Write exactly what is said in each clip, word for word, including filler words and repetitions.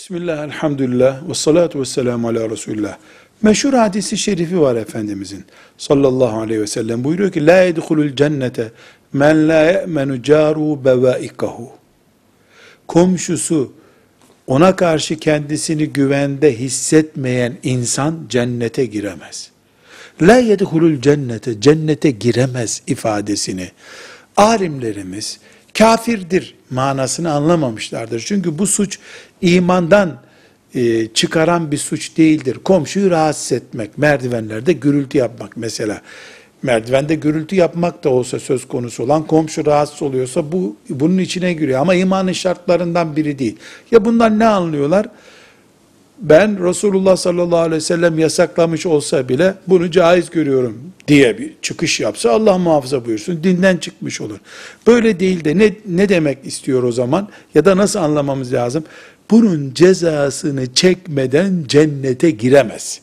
Bismillah, elhamdülillah, ve salatu ve selamu ala Resulullah. Meşhur hadisi şerifi var Efendimizin sallallahu aleyhi ve sellem. Buyuruyor ki, la yedhulul cennete men la ye'menu caru bevaikahu. Komşusu ona karşı kendisini güvende hissetmeyen insan cennete giremez. La yedhulul cennete, cennete giremez ifadesini alimlerimiz kafirdir manasını anlamamışlardır. Çünkü bu suç imandan e, çıkaran bir suç değildir. Komşuyu rahatsız etmek, merdivenlerde gürültü yapmak mesela. Merdivende gürültü yapmak da olsa söz konusu olan, komşu rahatsız oluyorsa bu bunun içine giriyor. Ama imanın şartlarından biri değil. Ya bundan ne anlıyorlar? Ben Resulullah sallallahu aleyhi ve sellem yasaklamış olsa bile bunu caiz görüyorum diye bir çıkış yapsa Allah muhafaza buyursun, dinden çıkmış olur. Böyle değil de ne, ne demek istiyor o zaman? Ya da nasıl anlamamız lazım? Bunun cezasını çekmeden cennete giremez.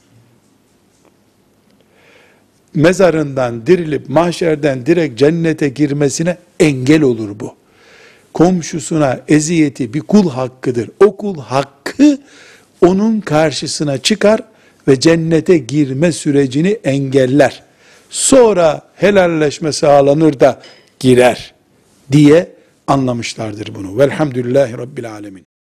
Mezarından dirilip mahşerden direkt cennete girmesine engel olur bu. Komşusuna eziyeti bir kul hakkıdır. O kul hakkı onun karşısına çıkar ve cennete girme sürecini engeller. Sonra helalleşme sağlanır da girer diye anlamışlardır bunu. Velhamdülillahi Rabbil Alemin.